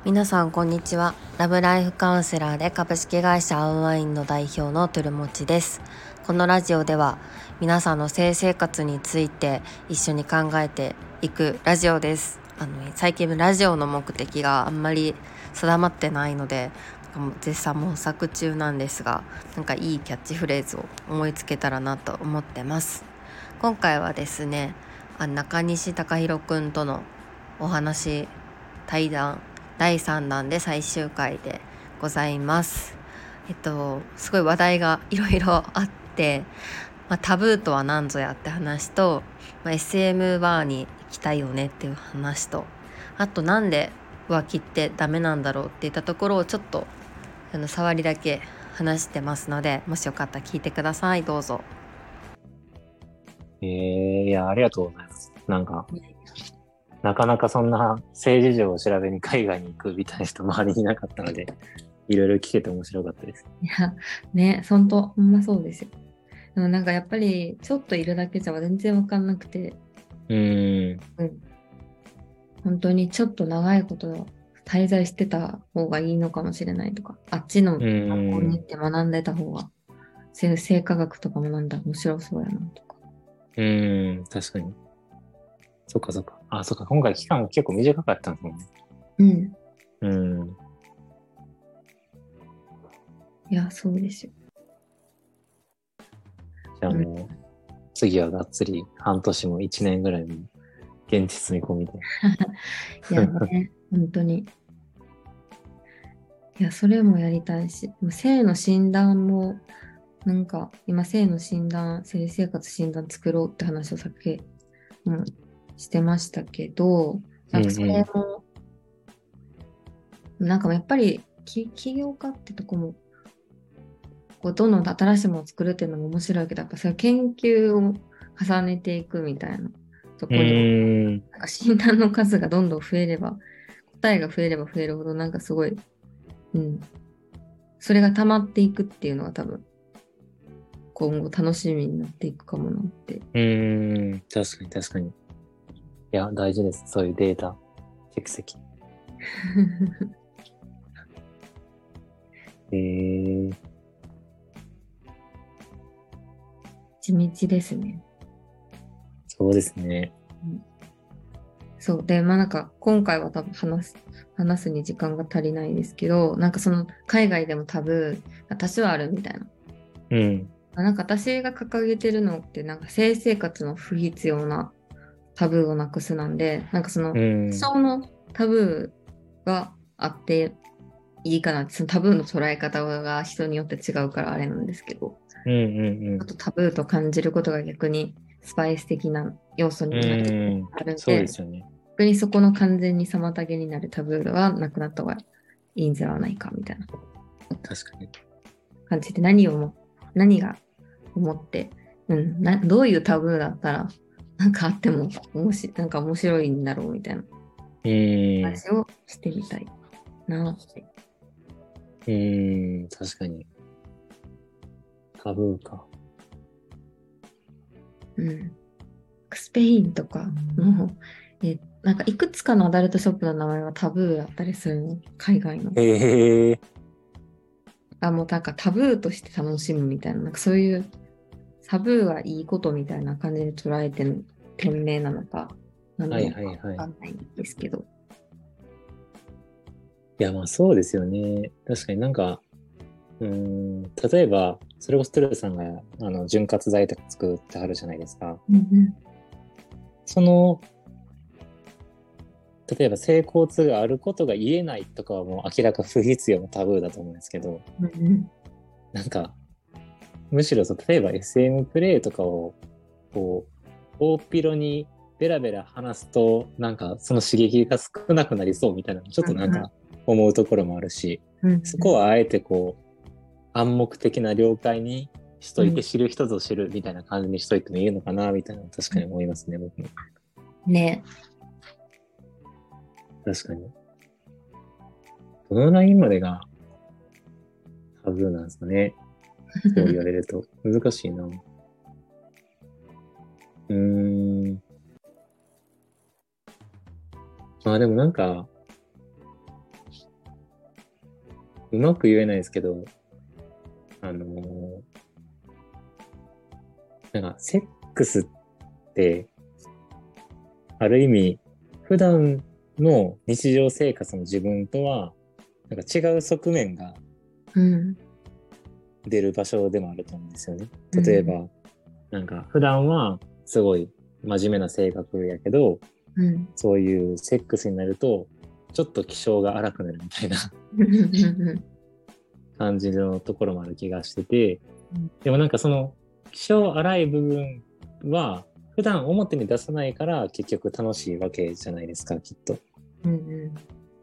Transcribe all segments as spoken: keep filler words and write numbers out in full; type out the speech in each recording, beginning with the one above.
皆さんこんにちは。ラブライフカウンセラーで株式会社アウンワインの代表のトゥルモチです。このラジオでは皆さんの性生活について一緒に考えていくラジオです。あの最近ラジオの目的があんまり定まってないので絶賛模索中なんですが、なんかいいキャッチフレーズを思いつけたらなと思ってます。今回はですね、あ中西隆弘くんとのお話対談だいさんだんで最終回でございます。えっとすごい話題がいろいろあって、まあ、タブーとは何ぞやって話と、まあ、エスエム バーに行きたいよねっていう話と、あとなんで浮気ってダメなんだろうっていったところをちょっとあの触りだけ話してますので、もしよかったら聞いてください。どうぞ。 ええいや、ありがとうございます。なんか、なかなかそんな政治情を調べに海外に行くみたいな人周りにいなかったので、いろいろ聞けて面白かったです。 いや、ね、ほんと、ほんまそうですよ。でもなんかやっぱり、ちょっといるだけじゃ全然わかんなくて、 うーん。 うん、本当にちょっと長いこと滞在してた方がいいのかもしれないとか、あっちのう学校ーん。 に行って学んでた方が、生生化学とか学んだら面白そうやなとか。 うーん。確かに。そっかそっか。あ、そっか。今回期間が結構短かったんですもんね。 うん。 うーん。 いや、そうですよ。 じゃあうん、 もう、次はがっつり半年も一年ぐらいも現地住み込みで。 いやね、本当に。いや、それもやりたいし、でも性の診断も、なんか、今、性の診断、性生活診断作ろうって話をさっき、うん、してましたけど、なんかそうんうん。 れも、なんかやっぱり、き起業家ってとこも、こうどんどん新しいものを作るっていうのも面白いけど、やっぱそういう研究を重ねていくみたいなとうこに、 ーん。 なんか診断の数がどんどん増えれば、答えが増えれば増えるほど、なんかすごい、うん、それが溜まっていくっていうのが多分、今後楽しみになっていくかもなって。 うーん。確かに確かに。いや、大事です。そういうデータ、蓄積。えー、 地道ですね。 そうですね。 うんそう。で、まあなんか今回は多分話す、話すに時間が足りないですけど、なんかその海外でもタブーが多数あるみたいな。 うん。 まあなんか私が掲げてるのってなんか性生活の不必要なタブーをなくすなんで、なんかそのうん。 多少のタブーがあっていいかなって、そのタブーの捉え方が人によって違うからあれなんですけど、 うんうんちょっとタブーと感じることが逆にスパイス的な要素うん。 になる、 うん。 あるんそうでで、 すよね。 逆にそこの完全に妨げになるタブーはなくなった方がいいんじゃないかみたいな確かに。 感じで、何をも、何が思って、うん、などういうタブーだったらなんかあってもおもしなんか面白いんだろうみたいなうーん。 話をしてみたいなって。 うーん。確かに。タブーか。 うん、スペインとかの、えなんかいくつかのアダルトショップの名前はタブーだったりするの、海外の。 へえ。 あ、もうなんかタブーとして楽しむみたいな、なんかそういうタブーはいいことみたいな感じで捉えてる店名なのか、何はいなのかわはいはい。 かんないんですけど。 いや、まあそうですよね。確かになんか、うーん。例えば、それこそトゥルさんが、あの、潤滑剤とか作ってはるじゃないですか。 うんその、例えば性交痛があることが言えないとかはもう明らか不必要なタブーだと思うんですけど、 うんうんなんか、むしろそう、例えば エスエム プレイとかを、こう、大っぴろにベラベラ話すと、なんかその刺激が少なくなりそうみたいな、ちょっとなんか思うところもあるし、 うんうんそこはあえてこう、暗黙的な了解にしといて、 うん知る人ぞ知るみたいな感じにしといてもいいのかな、みたいな、確かに思いますね、僕も。 ね。 確かに。どのラインまでがタブーなんですかね。そう言われると。難しいな。うーん。まあでもなんか、 うまく言えないですけど、あのーなんかセックスって、ある意味、普段の日常生活の自分とは、なんか違う側面がうん。 出る場所でもあると思うんですよね。例えば、うん、なんか普段はすごい真面目な性格やけど、 うん、 そういうセックスになると、ちょっと気性が荒くなるみたいな感じのところもある気がしてて、うん、でもなんかその気性荒い部分は普段表に出さないから結局楽しいわけじゃないですか、きっと。 うんうん、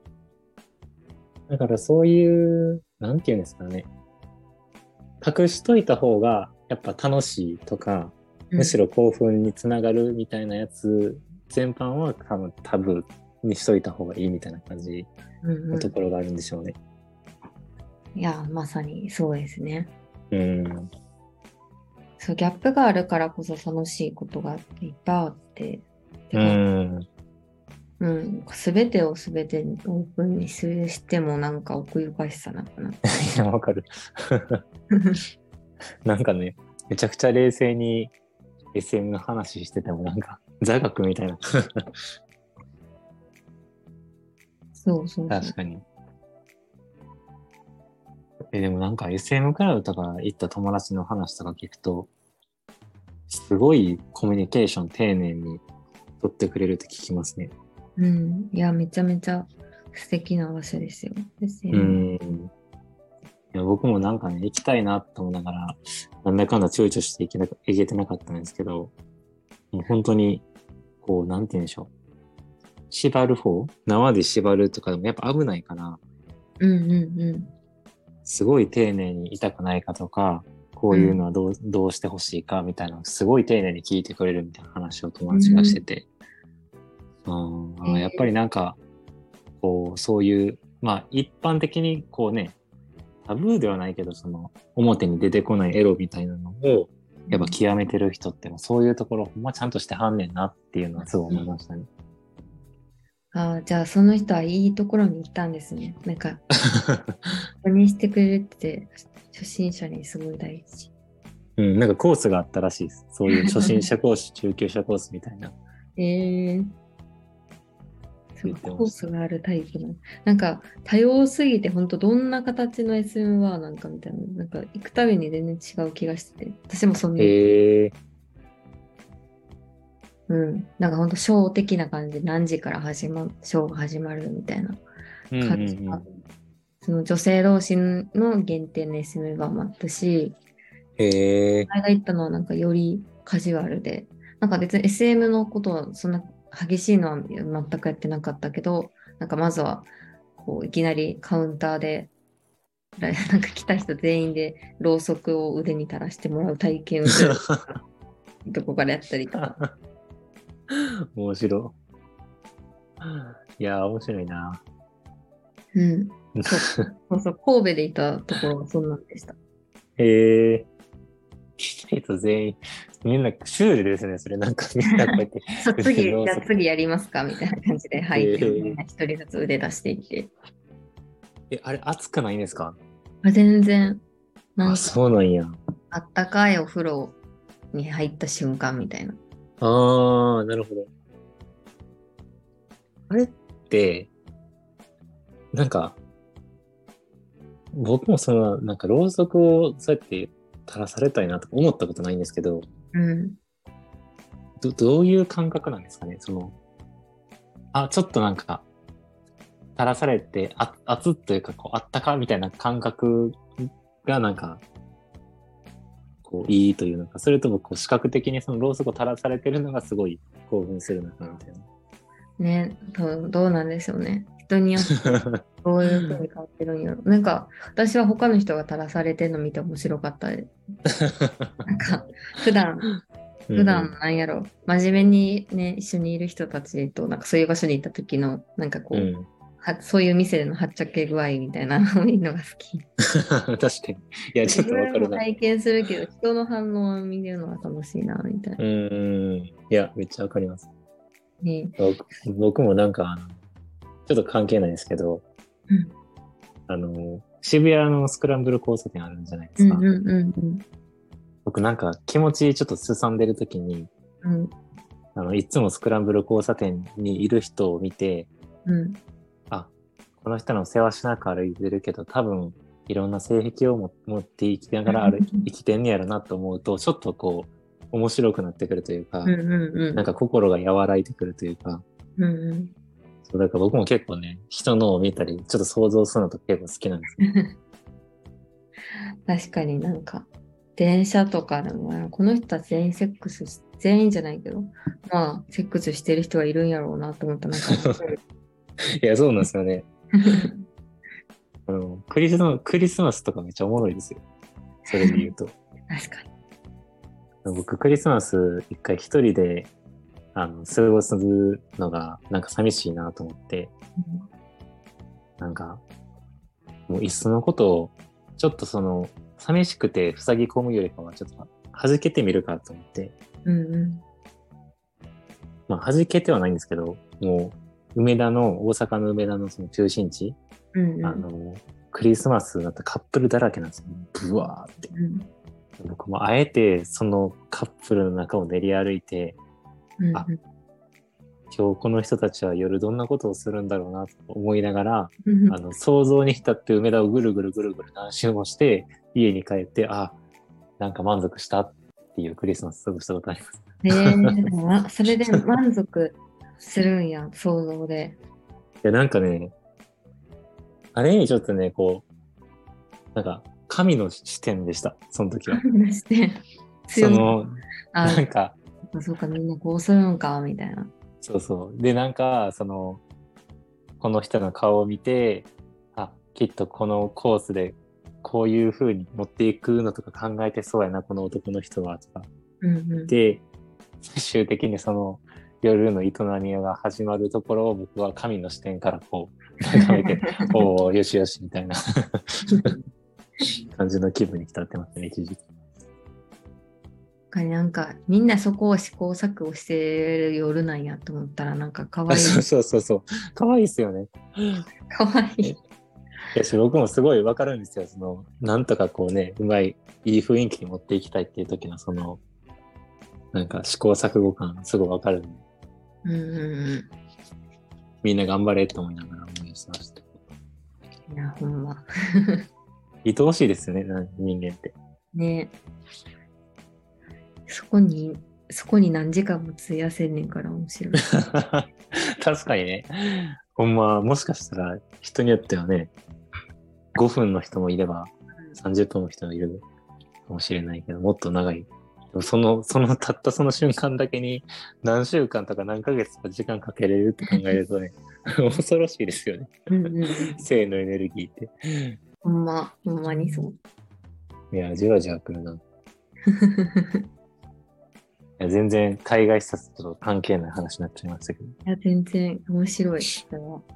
だからそういう、なんていうんですかね。隠しといた方がやっぱ楽しいとか、むしろ興奮につながるみたいなやつ全般は多分タブーにしといた方がいいみたいな感じのところがあるんでしょうね。 うんうん、いや、まさにそうですね。 うん。 そう、ギャップがあるからこそ楽しいことがいっぱいあって、 うん。 うん、すべてをすべてにオープンにするしてもなんか奥ゆかしさなくなって。 いや、わかる。なんかね、めちゃくちゃ冷静に エスエム の話しててもなんか座学みたいな。 そうそうそう。 確かに。え、でもなんか エスエム クラウドとか行った友達の話とか聞くと、すごいコミュニケーション丁寧に取ってくれるって聞きますね。 うん。いや、めちゃめちゃ素敵な場所ですよ。ですよね。 うん。いや、僕もなんかね、行きたいなと思いながら、なんだかんだ躊躇して行けな、行けてなかったんですけど、もう本当に、こう、なんて言うんでしょう。縛る方縄で縛るとかでもやっぱ危ないから、 うんうんうん。 すごい丁寧に痛くないかとか、こういうのはどう、うん、どうしてほしいかみたいなのをすごい丁寧に聞いてくれるみたいな話を友達がしてて、うんうん、やっぱりなんか、こう、そういう、まあ一般的にこうね、タブーではないけど、その表に出てこないエロみたいなのを、やっぱ極めてる人ってもそういうところほんまちゃんとしてはんねんなっていうのはすごい思いましたね。 うん、ああ、じゃあその人はいいところに行ったんですね。なんか、ここにしてくれるって初心者にすごい大事。 うん、なんかコースがあったらしいです。そういう初心者コース、中級者コースみたいな。 ええー。そうコースがあるタイプの。なんか多様すぎて本当どんな形の エスエム はなんかみたいな。なんか行くたびに全然違う気がしてて。私もそんな。 へえー。 うん。なんか本当ショー的な感じで何時から始まる、ショーが始まるみたいな感じが。うんうんうん、その女性同士の限定の エスエム もあったし、 へえ。 前が言ったのはなんかよりカジュアルで、なんか別に エスエム のことはそんな激しいのは全くやってなかったけど、なんかまずはこういきなりカウンターでなんか来た人全員でろうそくを腕に垂らしてもらう体験をするどこからやったりとか。 面白い。いや面白いな。 うん。そうそうそう、神戸でいたところはそんなんでした。 へえ。来た人全員、みんなシュールですね、それなんかみんなこうやって。 そう次、じゃあ次やりますかみたいな感じで入って、みんな一人ずつ腕出していって。 え、あれ熱くないんですか？ あ、全然。 あ、そうなんや。 あったかいお風呂に入った瞬間みたいな。 ああ、なるほど。あれって、なんか、僕もその、なんかろうそくをそうやって垂らされたいなとか思ったことないんですけど、 うん。 ど、どういう感覚なんですかね？その、あ、ちょっとなんか、垂らされて、あ、熱というか、こう、あったかみたいな感覚がなんか、こう、いいというのか、それともこう、視覚的にそのろうそくを垂らされてるのがすごい興奮するのかみたいな。 ね、どどうなんでしょうね。人によってどういう風に変わってるんやろ。なんか、私は他の人が垂らされてるの見て面白かったで。なんか、普段、普段なんやろ、真面目にね、一緒にいる人たちと、なんかそういう場所に行った時の、なんかこう、うん、はそういう店でのはっちゃけ具合みたいなのを見るのが好き。 確かに。いや、ちょっとわかるな。 体験するけど、人の反応を見るのは楽しいな、みたいな。 うん。いや、めっちゃわかります。 ね、 僕, 僕もなんか、ちょっと関係ないですけど、 うん、 あの、 渋谷のスクランブル交差点あるんじゃないでうんすか。 うんうんうん僕なんか気持ちちょっとすさんでる時に、 うんあの、いつもスクランブル交差点にいる人を見て、 うんあ、この人の世話しなく歩いてるけど、多分いろんな性癖をも持って生きながら歩生きてんねやろなと思うと、ちょっとこう、面白くなってくるというか、 うんうんうんなんか心が和らいでくるというか、 うんうんそうだから僕も結構ね、人のを見たり、ちょっと想像するのと結構好きなんですよ。 確かになんか、電車とかでも、この人たち全員セックスし、全員じゃないけど、まあ、セックスしてる人はいるんやろうなと思ったら、なんか面白い、 いや、そうなんですよね。あのクリスマス、クリスマスとかめっちゃおもろいですよ。それで言うと。 確かに。 僕、クリスマス一回一人で、あの、過ごすのが、なんか寂しいなと思って、なんか、もういっそのことを、ちょっとその、寂しくて塞ぎ込むよりかは、ちょっと弾けてみるかと思って、 うんうんまあ、弾けてはないんですけど、もう、梅田の、大阪の梅田のその中心地、 うんうんあの、クリスマスだったらカップルだらけなんですよ。ブワーって。 うん僕もあえて、そのカップルの中を練り歩いて、 うんあ今日この人たちは夜どんなことをするんだろうなと思いながら、 うんあの、想像に浸って梅田をぐるぐるぐるぐる何周もして、家に帰って、あ、なんか満足したっていうクリスマス過ごしたことあります。 えー、それで満足するんや、想像で。 いや、なんかね、あれにちょっとね、こう、なんか、神の視点でした、その時は。 してそ強い。 の、 あなんか、 そうか、みんなこうするんか、みたいな。 そうそう。で、なんか、その、この人の顔を見て、あ、きっとこのコースで、こういう風に持っていくのとか考えてそうやな、この男の人は、とか。 うんうんで、最終的にその、夜の営みが始まるところを僕は神の視点からこう、眺めて、おおよしよし、みたいな感じの気分に浸ってますね、一時期。 なんかみんなそこを試行錯誤してる夜なんやと思ったらなんか可愛い。 そうそうそうそう。可愛いですよね。 可愛い。 いやし、僕もすごいわかるんですよ。その、なんとかこうね、うまい、いい雰囲気に持っていきたいっていう時のその、なんか試行錯誤感すごいわかるんで、 うんうんうん。 みんな頑張れと思いながら応援してました。 いや、ほんま。 愛おしいですよね、な人間って。 ねそこに、そこに何時間も費やせんねんから面白い。 確かにね。ほんま、もしかしたら人によってはね、ごふんの人もいればさんじゅっぷんの人もいるかもしれないけど、もっと長い。でもその、そのたったその瞬間だけに何週間とか何ヶ月とか時間かけれるって考えるとね、恐ろしいですよね。 うんうんうん。 性のエネルギーって。 ほんま、ほんまにそう。 いや、じわじわくるな。いや全然海外視察と関係ない話になっちゃいましたけど。 いや、全然面白い。それは。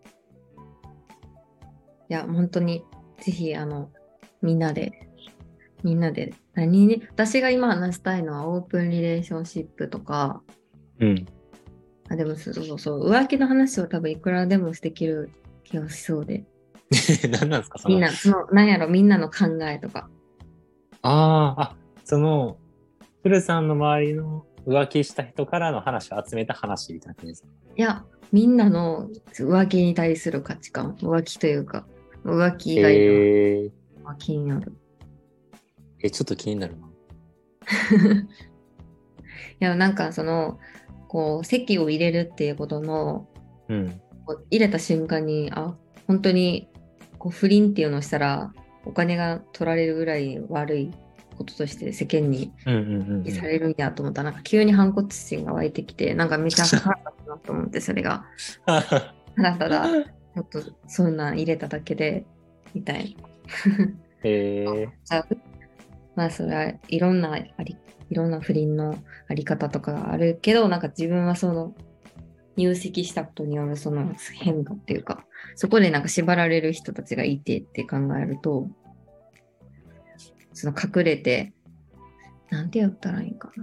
いや、本当に、ぜひ、あの、みんなで、みんなで、何に、私が今話したいのはオープンリレーションシップとか、 うん。 あ、でもそうそうそう、浮気の話は多分いくらでもできる気がしそうで、 何なんですかその。 みんな、その、なんやろ、みんなの考えとか。 ああ、あ、その、プルさんの周りの浮気した人からの話を集めた話みたいな感じですか？ いや、みんなの浮気に対する価値観、浮気というか、浮気以外のえー、 浮気になる。 え、ちょっと気になるな。 いや、なんかその、こう、籍を入れるっていうことの、 うん。 こう入れた瞬間に、あ、本当に、こう、不倫っていうのをしたら、お金が取られるぐらい悪いこととして世間にうんうんうん、うん。 されるんやと思ったら、なんか急に反骨心が湧いてきて、なんかめちゃ腹立ったなと思って、それが。ただただ、ちょっとそんなん入れただけで、みたいな。 えー、 じゃあまあそれはいろんなあり、いろんな不倫のあり方とかがあるけど、なんか自分はその入籍したことによるその変化っていうか、そこでなんか縛られる人たちがいてって考えると、その隠れて、なんて言ったらいいか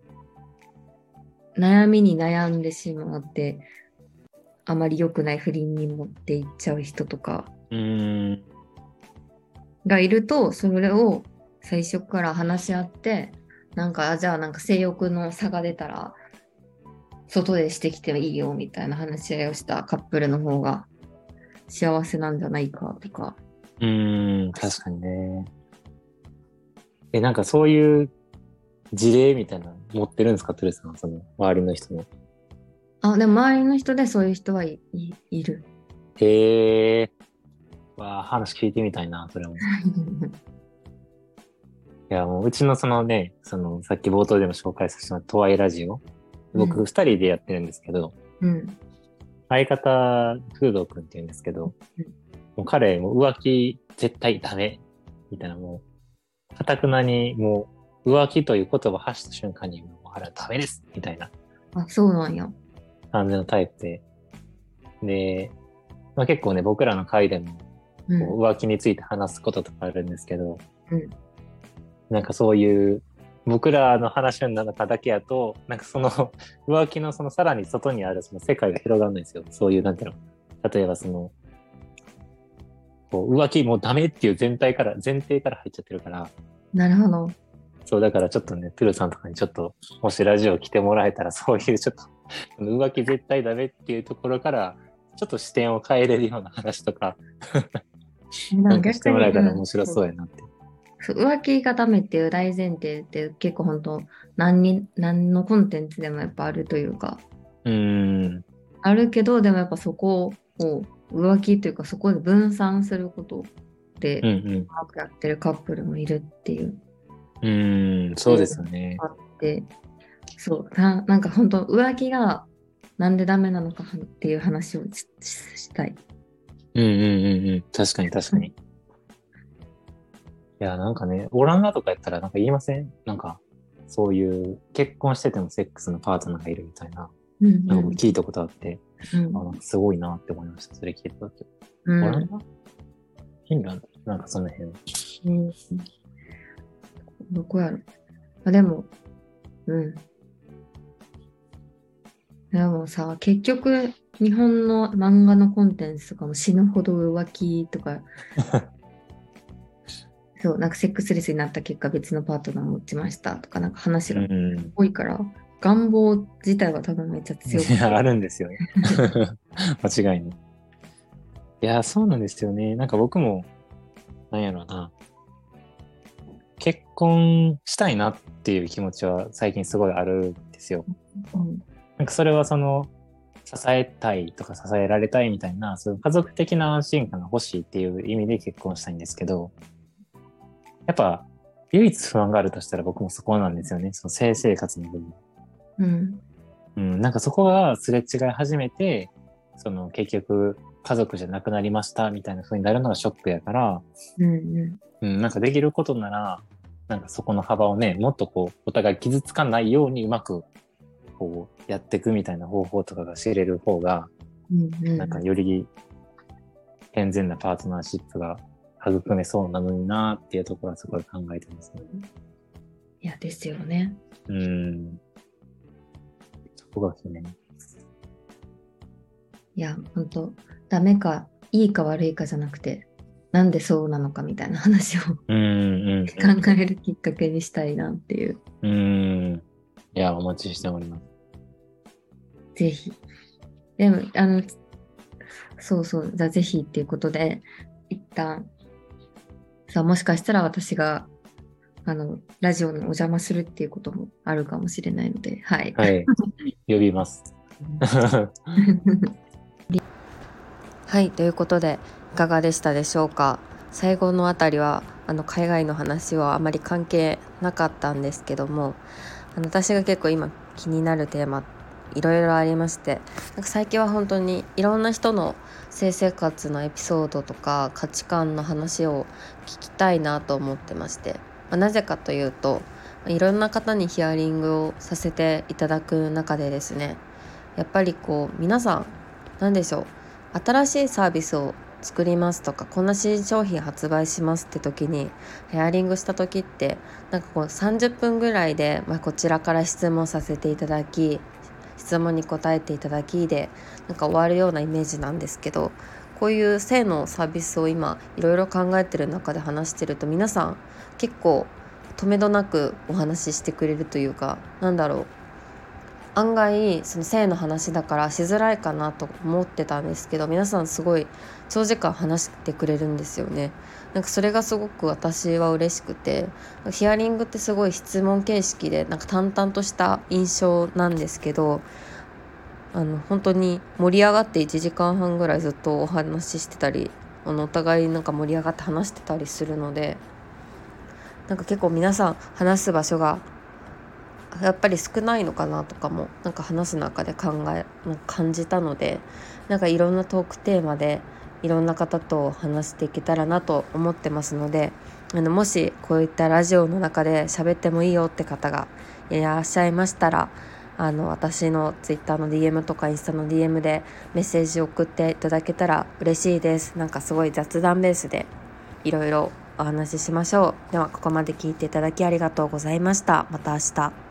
な。悩みに悩んでしまって、あまり良くない不倫に持っていっちゃう人とか、 うーん。 がいると、それを最初から話し合って、なんか、あじゃあなんか性欲の差が出たら、外でしてきてもいいよみたいな話し合いをしたカップルの方が幸せなんじゃないかとか。 うーん、確かにね。え、なんかそういう事例みたいなの持ってるんですか、トゥルさん、その周りの人の。 あ、でも周りの人でそういう人はい、い、いる。 へえ。わあ、話聞いてみたいな、それも。いや、もううちのそのね、その、さっき冒頭でも紹介させてもらったトワイラジオ。僕、二人でやってるんですけど、 うん。 相方、フードくんって言うんですけど、 うんもう彼、もう浮気絶対ダメ、みたいな、もう、かたくなに、もう、浮気という言葉を発した瞬間に、もう、あれはダメです、みたいなあ、そうなんや。 感じのタイプで。で、まあ、結構ね、僕らの会でも、 うん。 こう浮気について話すこととかあるんですけど、 うん。 なんかそういう僕らの話の中だけやと、なんかその浮気のそのさらに外にあるその世界が広がるんですよ。そういう、なんていうの。例えばその、こう浮気もうダメっていう全体から、前提から入っちゃってるから、 なるほど。 そうだからちょっとね、トゥルさんとかにちょっと、もしラジオ来てもらえたら、そういうちょっと、浮気絶対ダメっていうところから、ちょっと視点を変えれるような話とか、なんかしてもらえたら面白そうやなって。 そう浮気がダメっていう大前提って結構本当何に何のコンテンツでもやっぱあるというかうーん。 あるけどでもやっぱそこを浮気というかそこで分散することでうんうん。 うまくやってるカップルもいるっていううーん、そうですよね。 あってそうな、なんか本当浮気がなんでダメなのかっていう話をししたい。 うんうんうんうん。確かに確かに。いや、なんかね、オランダとかやったらなんか言いません？なんか、そういう結婚しててもセックスのパートナーがいるみたいな、 うんうんなんか僕聞いたことあって、 うんあ、なんかすごいなって思いました。それ聞いたとき。 うんオランダ？フィンランド？なんかその辺。 うんどこやろあでもうんでもさ、結局、日本の漫画のコンテンツとかも死ぬほど浮気とか、そう、なんかセックスレスになった結果別のパートナーを持ちましたとか、なんか話うがん。 多いから、願望自体は多分めっちゃ強くて。 いや、あるんですよね。間違いに。いや、そうなんですよね。なんか僕も、なんやろうな。結婚したいなっていう気持ちは最近すごいあるんですよ。 うんなんかそれはその、支えたいとか支えられたいみたいな、そういう家族的な安心感が欲しいっていう意味で結婚したいんですけど、やっぱ唯一不安があるとしたら僕もそこなんですよね。その性生活の部分。 うんうん、なんかそこがすれ違い始めて、その結局家族じゃなくなりましたみたいな風になるのがショックやから、 うんううん、なんかできることなら、なんかそこの幅をね、もっとこう、お互い傷つかないようにうまく、こう、やっていくみたいな方法とかが知れる方が、 んうんなんかより健全なパートナーシップが育めそうなのになっていうところはすごい考えてますね。 いや、ですよね。 うん。そこがですね。 いや、本当ダメか、いいか悪いかじゃなくて、なんでそうなのかみたいな話をうんうん、 考えるきっかけにしたいなっていう。 うん。うん。いや、お待ちしております。 ぜひ。でも、あの、そうそう、じゃあぜひっていうことで、一旦、さあ、もしかしたら私が、あの、ラジオにお邪魔するっていうこともあるかもしれないので、はい。 はい。呼びます。 はいということでいかがでしたでしょうか。最後のあたりはあの海外の話はあまり関係なかったんですけども、あの私が結構今気になるテーマいろいろありまして、なんか最近は本当にいろんな人の性生活のエピソードとか価値観の話を聞きたいなと思ってまして、まあ、なぜかというといろんな方にヒアリングをさせていただく中でですね、やっぱりこう皆さん何でしょう、新しいサービスを作りますとかこんな新商品発売しますって時にヒアリングした時ってなんかこうさんじゅっぷんぐらいで、まあ、こちらから質問させていただき質問に答えていただきでなんか終わるようなイメージなんですけど、 こういう性のサービスを今いろいろ考えてる中で話してると、皆さん結構止めどなくお話ししてくれるというか、なんだろう、案外その性の話だからしづらいかなと思ってたんですけど、皆さんすごい長時間話してくれるんですよね。なんかそれがすごく私は嬉しくて、ヒアリングってすごい質問形式でなんか淡々とした印象なんですけど、あの本当に盛り上がっていちじかんはんぐらいずっとお話ししてたり、あのお互いなんか盛り上がって話してたりするので、なんか結構皆さん話す場所がやっぱり少ないのかなとかもなんか話す中で考えなんか感じたので、なんかいろんなトークテーマでいろんな方と話していけたらなと思ってますので、あのもしこういったラジオの中で喋ってもいいよって方がいらっしゃいましたら、あの私のツイッターの ディーエム とかインスタの ディーエム でメッセージを送っていただけたら嬉しいです。なんかすごい雑談ベースでいろいろお話ししましょう。ではここまで聞いていただきありがとうございました。また明日。